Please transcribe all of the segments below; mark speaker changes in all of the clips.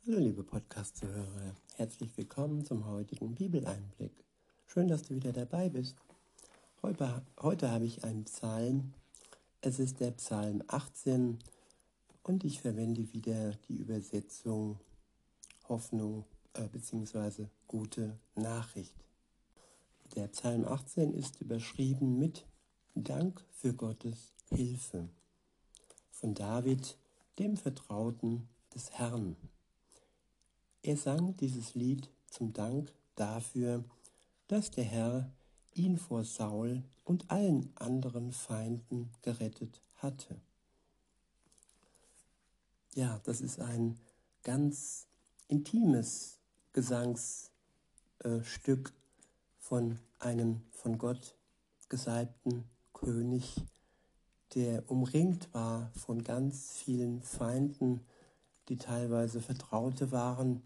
Speaker 1: Hallo liebe Podcast-Zuhörer, herzlich willkommen zum heutigen Bibeleinblick. Schön, dass du wieder dabei bist. Heute habe ich einen Psalm. Es ist der Psalm 18 und ich verwende wieder die Übersetzung Hoffnung bzw. Gute Nachricht. Der Psalm 18 ist überschrieben mit Dank für Gottes Hilfe von David, dem Vertrauten des Herrn. Er sang dieses Lied zum Dank dafür, dass der Herr ihn vor Saul und allen anderen Feinden gerettet hatte. Ja, das ist ein ganz intimes Gesangsstück von einem von Gott gesalbten König, der umringt war von ganz vielen Feinden, die teilweise Vertraute waren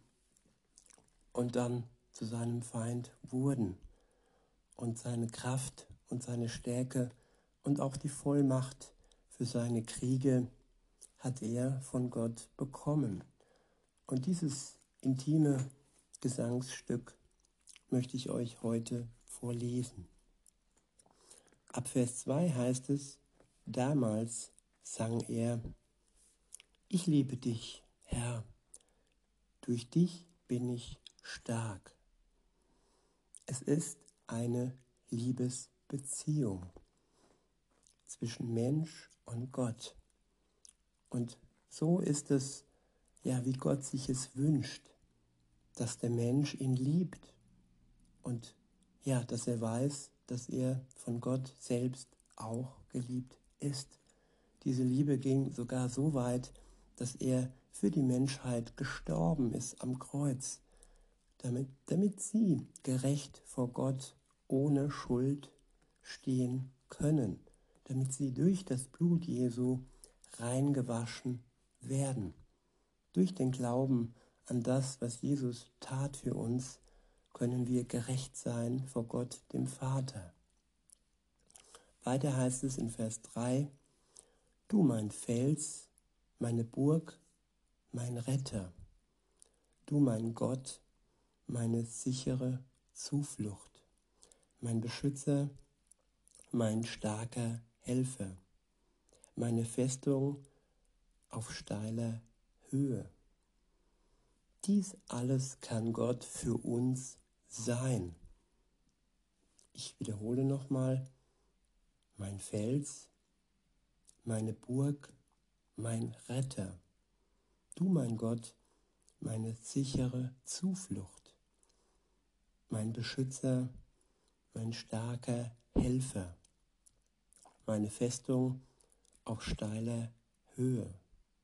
Speaker 1: und dann zu seinem Feind wurden. Und seine Kraft und seine Stärke und auch die Vollmacht für seine Kriege hat er von Gott bekommen. Und dieses intime Gesangsstück möchte ich euch heute vorlesen. Ab Vers 2 heißt es, damals sang er, ich liebe dich, Herr, durch dich bin ich stark. Es ist eine Liebesbeziehung zwischen Mensch und Gott. Und so ist es, ja, wie Gott sich es wünscht, dass der Mensch ihn liebt und ja, dass er weiß, dass er von Gott selbst auch geliebt ist. Diese Liebe ging sogar so weit, dass er für die Menschheit gestorben ist am Kreuz, damit sie gerecht vor Gott ohne Schuld stehen können, damit sie durch das Blut Jesu reingewaschen werden. Durch den Glauben an das, was Jesus tat für uns, können wir gerecht sein vor Gott, dem Vater. Weiter heißt es in Vers 3, du mein Fels, meine Burg, mein Retter, du mein Gott, meine sichere Zuflucht, mein Beschützer, mein starker Helfer, meine Festung auf steiler Höhe. Dies alles kann Gott für uns sein. Ich wiederhole nochmal, mein Fels, meine Burg, mein Retter, du mein Gott, meine sichere Zuflucht, mein Beschützer, mein starker Helfer, meine Festung auf steiler Höhe.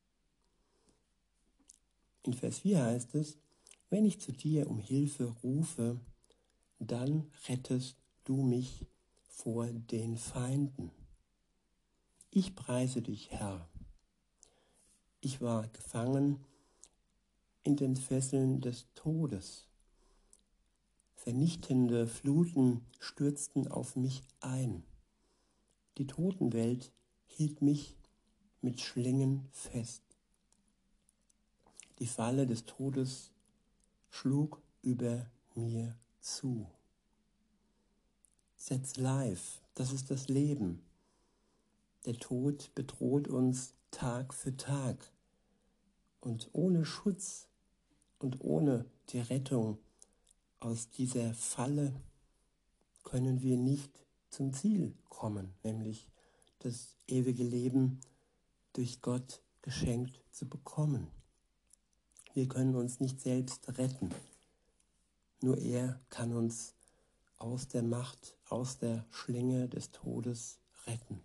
Speaker 1: In Vers 4 heißt es, wenn ich zu dir um Hilfe rufe, dann rettest du mich vor den Feinden. Ich preise dich, Herr. Ich war gefangen in den Fesseln des Todes. Vernichtende Fluten stürzten auf mich ein. Die Totenwelt hielt mich mit Schlingen fest. Die Falle des Todes schlug über mir zu. That's life, das ist das Leben. Der Tod bedroht uns Tag für Tag. Und ohne Schutz und ohne die Rettung aus dieser Falle können wir nicht zum Ziel kommen, nämlich das ewige Leben durch Gott geschenkt zu bekommen. Wir können uns nicht selbst retten. Nur er kann uns aus der Macht, aus der Schlinge des Todes retten.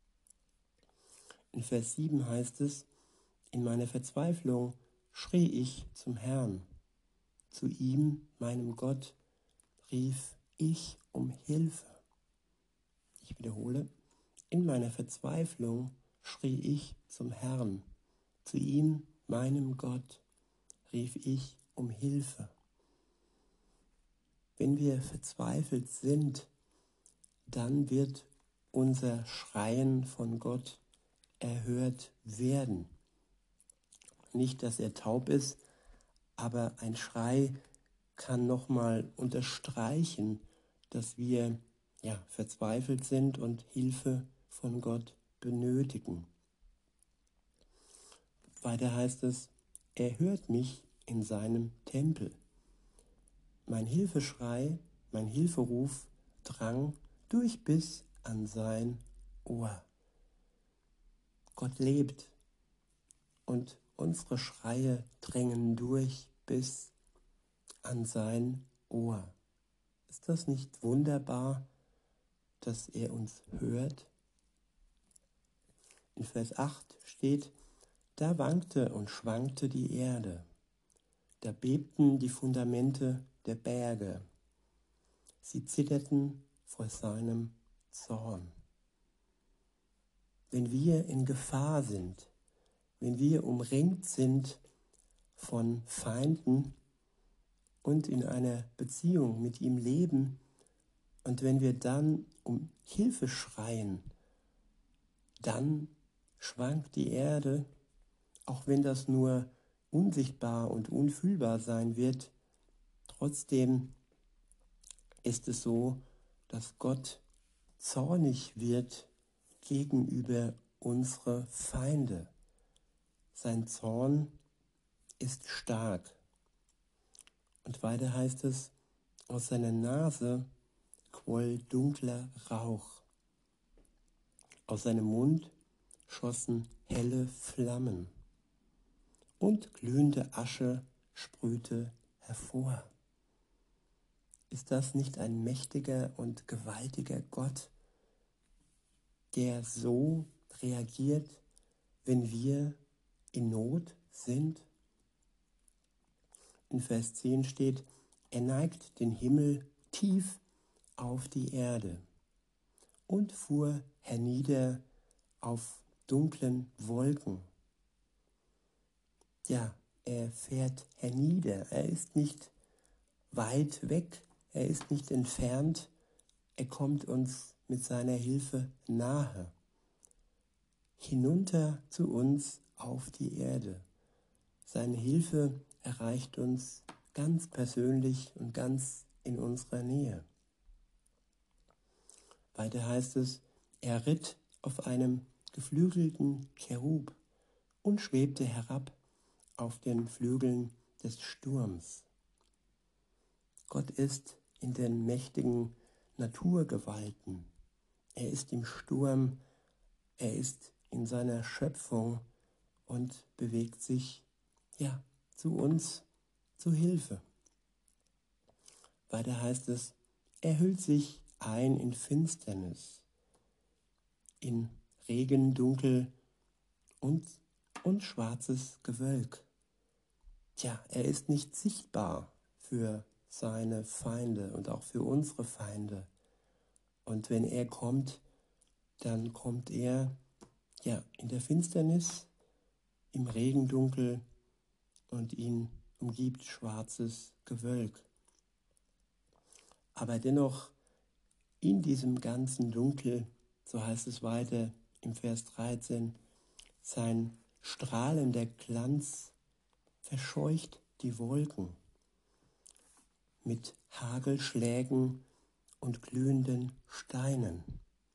Speaker 1: In Vers 7 heißt es, in meiner Verzweiflung schrie ich zum Herrn. Zu ihm, meinem Gott, rief ich um Hilfe. Ich wiederhole, in meiner Verzweiflung schrie ich zum Herrn. Zu ihm, meinem Gott, rief ich um Hilfe. Wenn wir verzweifelt sind, dann wird unser Schreien von Gott erhört werden. Nicht, dass er taub ist, aber ein Schrei kann nochmal unterstreichen, dass wir verzweifelt sind und Hilfe von Gott benötigen. Weiter heißt es, er hört mich in seinem Tempel. Mein Hilfeschrei, mein Hilferuf drang durch bis an sein Ohr. Gott lebt und unsere Schreie drängen durch bis an sein Ohr. Ist das nicht wunderbar, dass er uns hört? In Vers 8 steht, da wankte und schwankte die Erde, da bebten die Fundamente der Berge, sie zitterten vor seinem Zorn. Wenn wir in Gefahr sind, wenn wir umringt sind von Feinden und in einer Beziehung mit ihm leben und wenn wir dann um Hilfe schreien, dann schwankt die Erde, auch wenn das nur unsichtbar und unfühlbar sein wird. Trotzdem ist es so, dass Gott zornig wird gegenüber unsere Feinde. Sein Zorn ist stark. Und weiter heißt es, aus seiner Nase quoll dunkler Rauch. Aus seinem Mund schossen helle Flammen und glühende Asche sprühte hervor. Ist das nicht ein mächtiger und gewaltiger Gott, der so reagiert, wenn wir in Not sind? In Vers 10 steht, er neigt den Himmel tief auf die Erde und fuhr hernieder auf dunklen Wolken. Ja, er fährt hernieder, er ist nicht weit weg, er ist nicht entfernt, er kommt uns mit seiner Hilfe nahe, hinunter zu uns auf die Erde. Seine Hilfe erreicht uns ganz persönlich und ganz in unserer Nähe. Weiter heißt es, er ritt auf einem geflügelten Cherub und schwebte herab auf den Flügeln des Sturms. Gott ist in den mächtigen Naturgewalten. Er ist im Sturm, er ist in seiner Schöpfung und bewegt sich zu uns zu Hilfe. Weiter heißt es, er hüllt sich ein in Finsternis, in Regendunkel und schwarzes Gewölk. Er ist nicht sichtbar für seine Feinde und auch für unsere Feinde. Und wenn er kommt, dann kommt er in der Finsternis, im Regendunkel und ihn umgibt schwarzes Gewölk. Aber dennoch in diesem ganzen Dunkel, so heißt es weiter im Vers 13, sein strahlender Glanz verscheucht die Wolken mit Hagelschlägen und glühenden Steinen.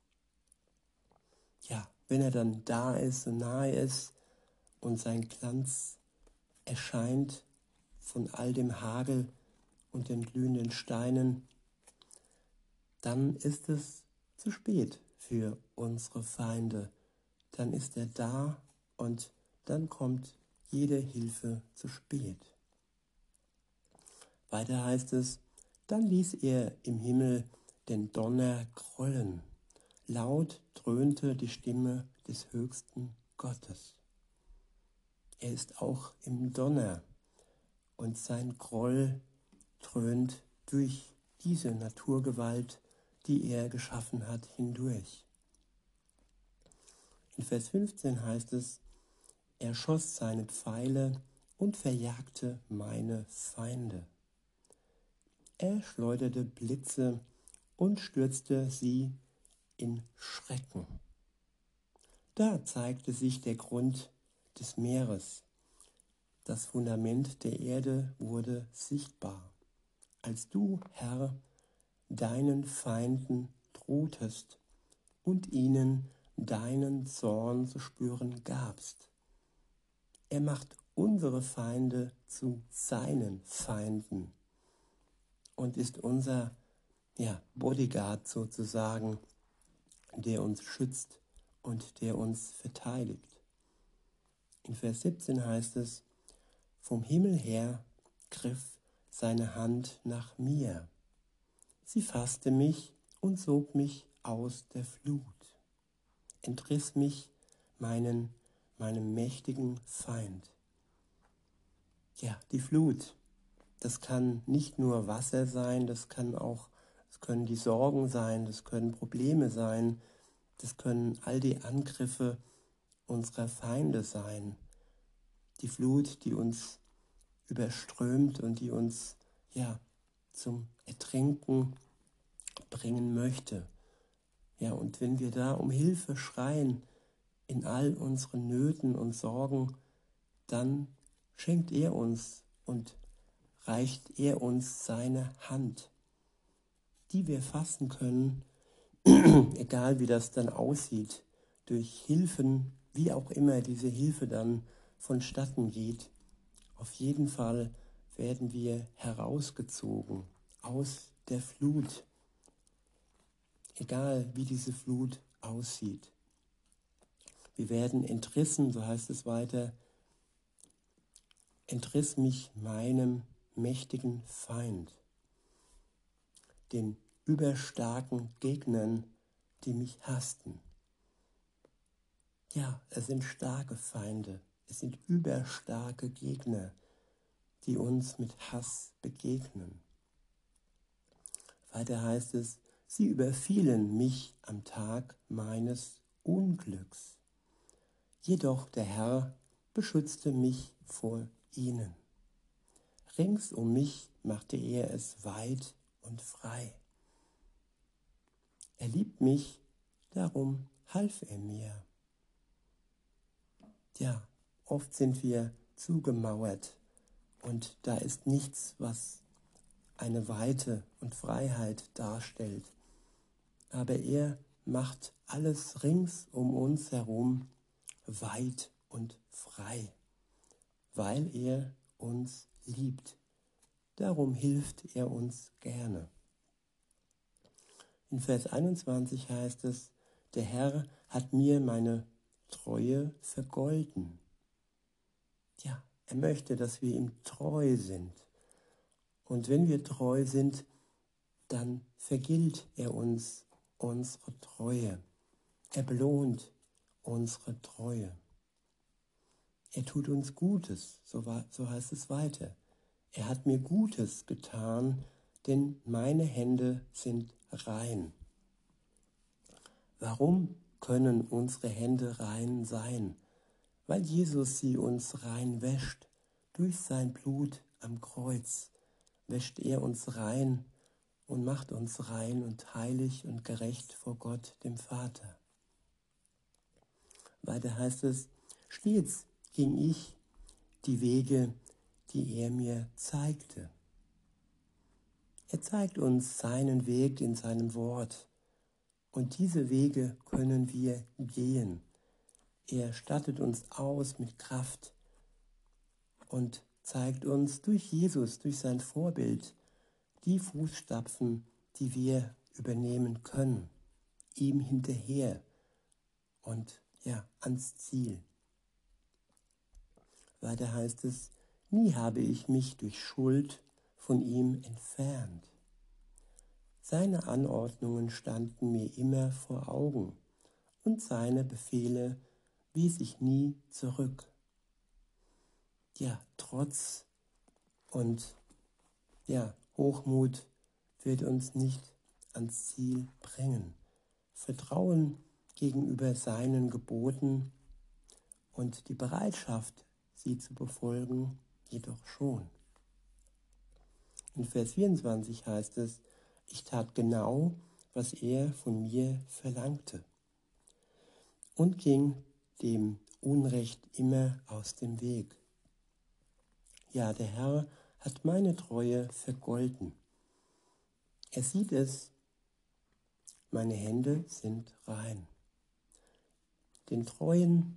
Speaker 1: Wenn er dann da ist und nahe ist und sein Glanz erscheint von all dem Hagel und den glühenden Steinen, dann ist es zu spät für unsere Feinde. Dann ist er da und dann kommt jede Hilfe zu spät. Weiter heißt es, dann ließ er im Himmel den Donner grollen. Laut dröhnte die Stimme des höchsten Gottes. Er ist auch im Donner und sein Groll dröhnt durch diese Naturgewalt, die er geschaffen hat, hindurch. In Vers 15 heißt es, er schoss seine Pfeile und verjagte meine Feinde. Er schleuderte Blitze und stürzte sie in Schrecken. Da zeigte sich der Grund des Meeres, Das Fundament der Erde wurde sichtbar, als du, Herr, deinen Feinden drohtest und ihnen deinen Zorn zu spüren gabst. Er macht unsere Feinde zu seinen Feinden und ist unser Bodyguard sozusagen, der uns schützt und der uns verteidigt. In Vers 17 heißt es, vom Himmel her griff seine Hand nach mir. Sie fasste mich und sog mich aus der Flut, entriss mich meinem mächtigen Feind. Ja, die Flut, das kann nicht nur Wasser sein, das können die Sorgen sein, das können Probleme sein, das können all die Angriffe unserer Feinde sein. Die Flut, die uns überströmt und die uns zum Ertrinken bringen möchte. Ja, und wenn wir da um Hilfe schreien in all unseren Nöten und Sorgen, dann schenkt er uns und reicht er uns seine Hand, die wir fassen können, egal wie das dann aussieht, durch Hilfen, wie auch immer diese Hilfe dann vonstatten geht. Auf jeden Fall werden wir herausgezogen aus der Flut, egal wie diese Flut aussieht. Wir werden entrissen, so heißt es weiter, entriss mich meinem mächtigen Feind, den überstarken Gegnern, die mich hassten. Ja, es sind starke Feinde, es sind überstarke Gegner, die uns mit Hass begegnen. Weiter heißt es, sie überfielen mich am Tag meines Unglücks. Jedoch der Herr beschützte mich vor ihnen. Rings um mich machte er es weit und frei. Er liebt mich, darum half er mir. Ja, oft sind wir zugemauert und da ist nichts, was eine Weite und Freiheit darstellt. Aber er macht alles rings um uns herum weit und frei, weil er uns liebt. Darum hilft er uns gerne. In Vers 21 heißt es, der Herr hat mir meine Treue vergolden. Ja, er möchte, dass wir ihm treu sind. Und wenn wir treu sind, dann vergilt er uns unsere Treue. Er belohnt unsere Treue. Er tut uns Gutes, so heißt es weiter. Er hat mir Gutes getan, denn meine Hände sind rein. Warum können unsere Hände rein sein? Weil Jesus sie uns rein wäscht. Durch sein Blut am Kreuz wäscht er uns rein und macht uns rein und heilig und gerecht vor Gott, dem Vater. Weiter heißt es, stets ging ich die Wege, die er mir zeigte. Er zeigt uns seinen Weg in seinem Wort. Und diese Wege können wir gehen. Er stattet uns aus mit Kraft und zeigt uns durch Jesus, durch sein Vorbild, die Fußstapfen, die wir übernehmen können, ihm hinterher und ans Ziel. Weiter heißt es, nie habe ich mich durch Schuld von ihm entfernt. Seine Anordnungen standen mir immer vor Augen und seine Befehle wies ich nie zurück. Ja, Trotz und Hochmut wird uns nicht ans Ziel bringen. Vertrauen gegenüber seinen Geboten und die Bereitschaft, sie zu befolgen, jedoch schon. In Vers 24 heißt es, ich tat genau, was er von mir verlangte und ging dem Unrecht immer aus dem Weg. Ja, der Herr hat meine Treue vergolten. Er sieht es, meine Hände sind rein. Den treuen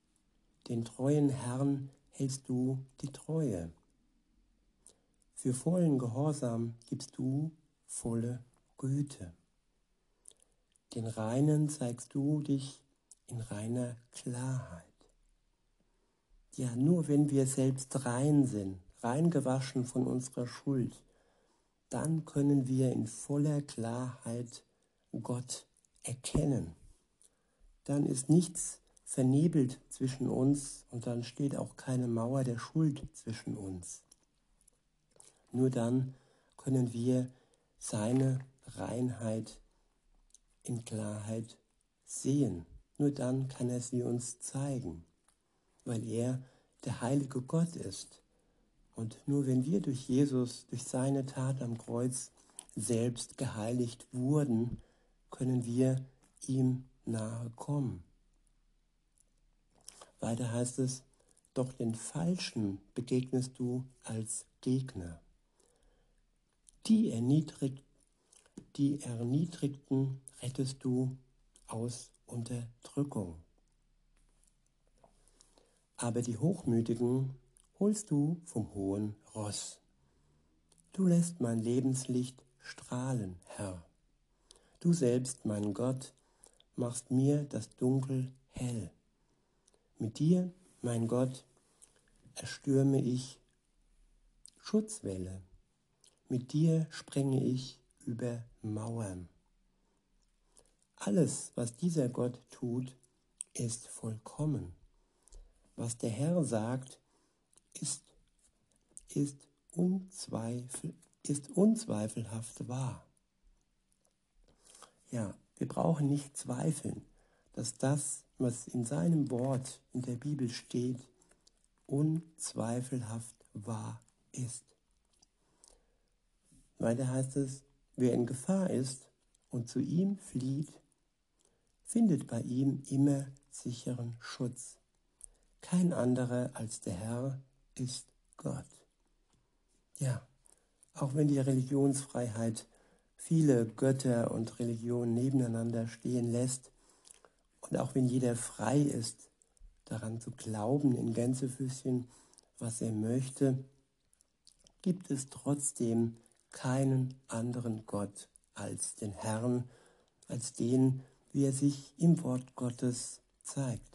Speaker 1: Herrn hältst du die Treue. Für vollen Gehorsam gibst du volle Güte. Den Reinen zeigst du dich in reiner Klarheit. Ja, nur wenn wir selbst rein sind, rein gewaschen von unserer Schuld, dann können wir in voller Klarheit Gott erkennen. Dann ist nichts vernebelt zwischen uns und dann steht auch keine Mauer der Schuld zwischen uns. Nur dann können wir seine Reinheit in Klarheit sehen. Nur dann kann er sie uns zeigen, weil er der heilige Gott ist. Und nur wenn wir durch Jesus, durch seine Tat am Kreuz selbst geheiligt wurden, können wir ihm nahe kommen. Weiter heißt es, doch den Falschen begegnest du als Gegner. Die Erniedrigten rettest du aus Unterdrückung. Aber die Hochmütigen holst du vom hohen Ross. Du lässt mein Lebenslicht strahlen, Herr. Du selbst, mein Gott, machst mir das Dunkel hell. Mit dir, mein Gott, erstürme ich Schutzwälle. Mit dir sprenge ich über Mauern. Alles, was dieser Gott tut, ist vollkommen. Was der Herr sagt, ist unzweifelhaft wahr. Ja, wir brauchen nicht zweifeln, dass das, was in seinem Wort in der Bibel steht, unzweifelhaft wahr ist. Weiter heißt es, wer in Gefahr ist und zu ihm flieht, findet bei ihm immer sicheren Schutz. Kein anderer als der Herr ist Gott. Ja, auch wenn die Religionsfreiheit viele Götter und Religionen nebeneinander stehen lässt und auch wenn jeder frei ist, daran zu glauben in Gänsefüßchen, was er möchte, gibt es trotzdem keinen anderen Gott als den Herrn, als den, wie er sich im Wort Gottes zeigt.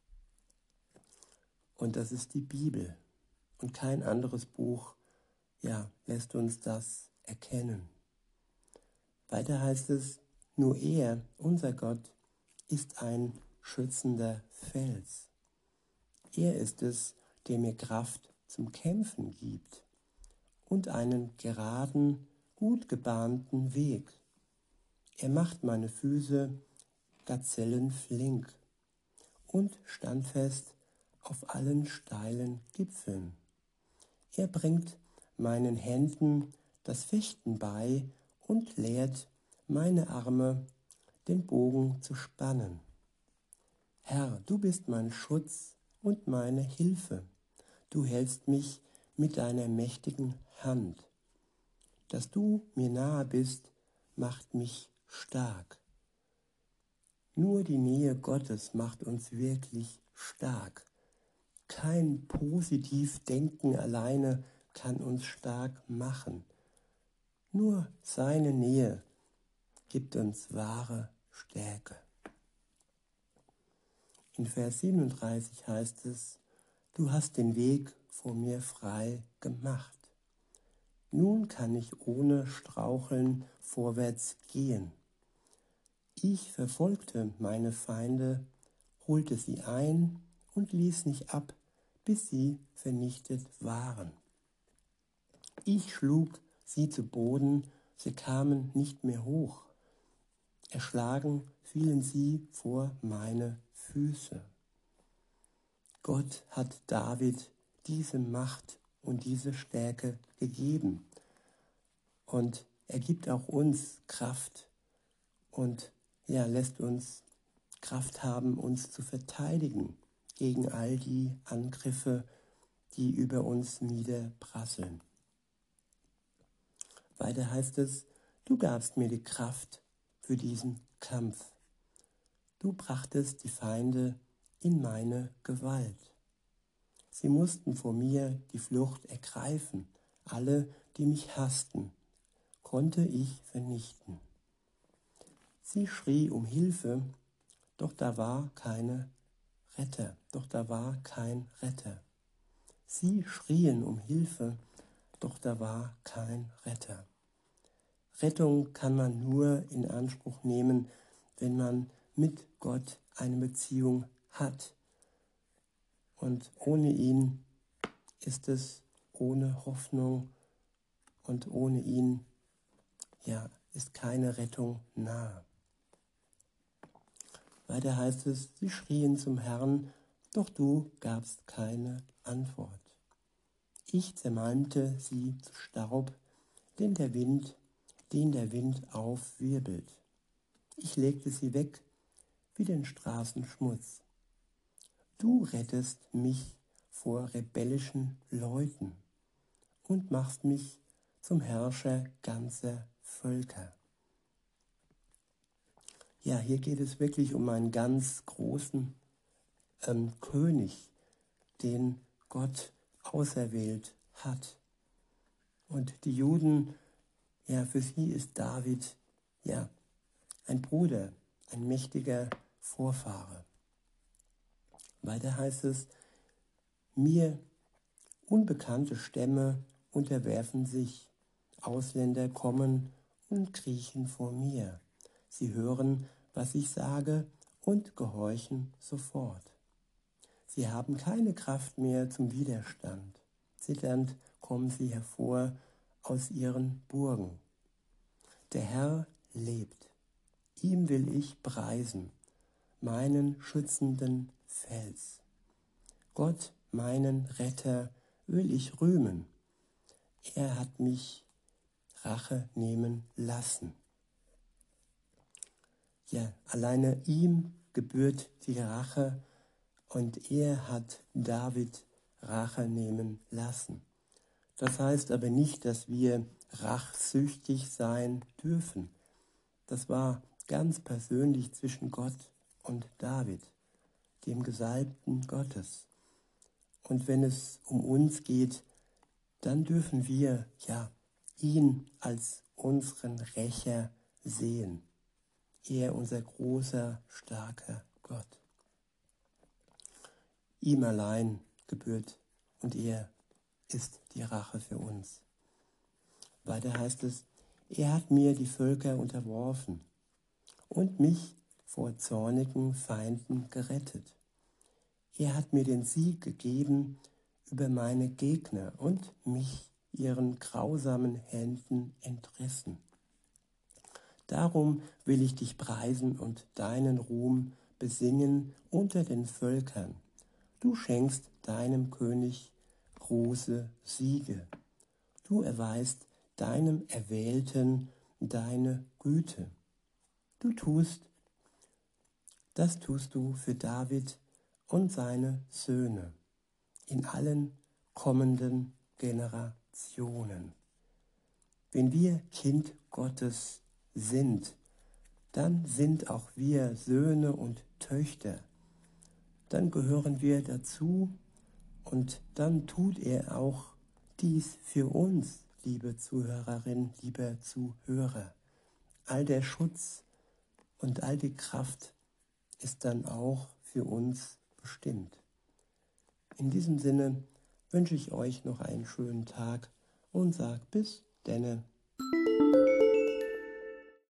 Speaker 1: Und das ist die Bibel. Und kein anderes Buch, lässt uns das erkennen. Weiter heißt es, nur er, unser Gott, ist ein schützender Fels. Er ist es, der mir Kraft zum Kämpfen gibt und einen geraden, gut gebahnten Weg. Er macht meine Füße gazellenflink und standfest auf allen steilen Gipfeln. Er bringt meinen Händen das Fechten bei und lehrt meine Arme, den Bogen zu spannen. Herr, du bist mein Schutz und meine Hilfe. Du hältst mich mit deiner mächtigen Hand. Dass du mir nahe bist, macht mich stark. Nur die Nähe Gottes macht uns wirklich stark. Kein Positivdenken alleine kann uns stark machen. Nur seine Nähe gibt uns wahre Stärke. In Vers 37 heißt es, du hast den Weg vor mir frei gemacht. Nun kann ich ohne Straucheln vorwärts gehen. Ich verfolgte meine Feinde, holte sie ein und ließ nicht ab, bis sie vernichtet waren. Ich schlug sie zu Boden, sie kamen nicht mehr hoch. Erschlagen fielen sie vor meine Füße. Gott hat David diese Macht und diese Stärke gegeben. Und er gibt auch uns Kraft und lässt uns Kraft haben, uns zu verteidigen gegen all die Angriffe, die über uns niederprasseln. Weiter heißt es, du gabst mir die Kraft für diesen Kampf. Du brachtest die Feinde in meine Gewalt. Sie mussten vor mir die Flucht ergreifen. Alle, die mich hassten, konnte ich vernichten. Sie schrie um Hilfe, doch da war kein Retter. Sie schrien um Hilfe, doch da war kein Retter. Rettung kann man nur in Anspruch nehmen, wenn man mit Gott eine Beziehung hat. Und ohne ihn ist es ohne Hoffnung und ohne ihn ist keine Rettung nahe. Weiter heißt es, sie schrien zum Herrn, doch du gabst keine Antwort. Ich zermalmte sie zu Staub, den der Wind aufwirbelt. Ich legte sie weg wie den Straßenschmutz. Du rettest mich vor rebellischen Leuten und machst mich zum Herrscher ganzer Völker. Ja, hier geht es wirklich um einen ganz großen König, den Gott auserwählt hat. Und die Juden, für sie ist David, ein Bruder, ein mächtiger Vorfahre. Weiter heißt es, mir unbekannte Stämme unterwerfen sich, Ausländer kommen und kriechen vor mir. Sie hören, was ich sage und gehorchen sofort. Sie haben keine Kraft mehr zum Widerstand. Zitternd kommen sie hervor aus ihren Burgen. Der Herr lebt. Ihm will ich preisen, meinen schützenden Fels. Gott, meinen Retter, will ich rühmen. Er hat mich Rache nehmen lassen. Ja, alleine ihm gebührt die Rache und er hat David Rache nehmen lassen. Das heißt aber nicht, dass wir rachsüchtig sein dürfen. Das war ganz persönlich zwischen Gott und David, dem Gesalbten Gottes. Und wenn es um uns geht, dann dürfen wir ihn als unseren Rächer sehen. Er, unser großer, starker Gott. Ihm allein gebührt und er ist die Rache für uns. Weiter heißt es, er hat mir die Völker unterworfen und mich vor zornigen Feinden gerettet. Er hat mir den Sieg gegeben über meine Gegner und mich ihren grausamen Händen entrissen. Darum will ich dich preisen und deinen Ruhm besingen unter den Völkern. Du schenkst deinem König große Siege. Du erweist deinem Erwählten deine Güte. Das tust du für David und seine Söhne in allen kommenden Generationen. Wenn wir Kind Gottes sind, dann sind auch wir Söhne und Töchter. Dann gehören wir dazu und dann tut er auch dies für uns, liebe Zuhörerin, lieber Zuhörer. All der Schutz und all die Kraft ist dann auch für uns bestimmt. In diesem Sinne wünsche ich euch noch einen schönen Tag und sage bis denne.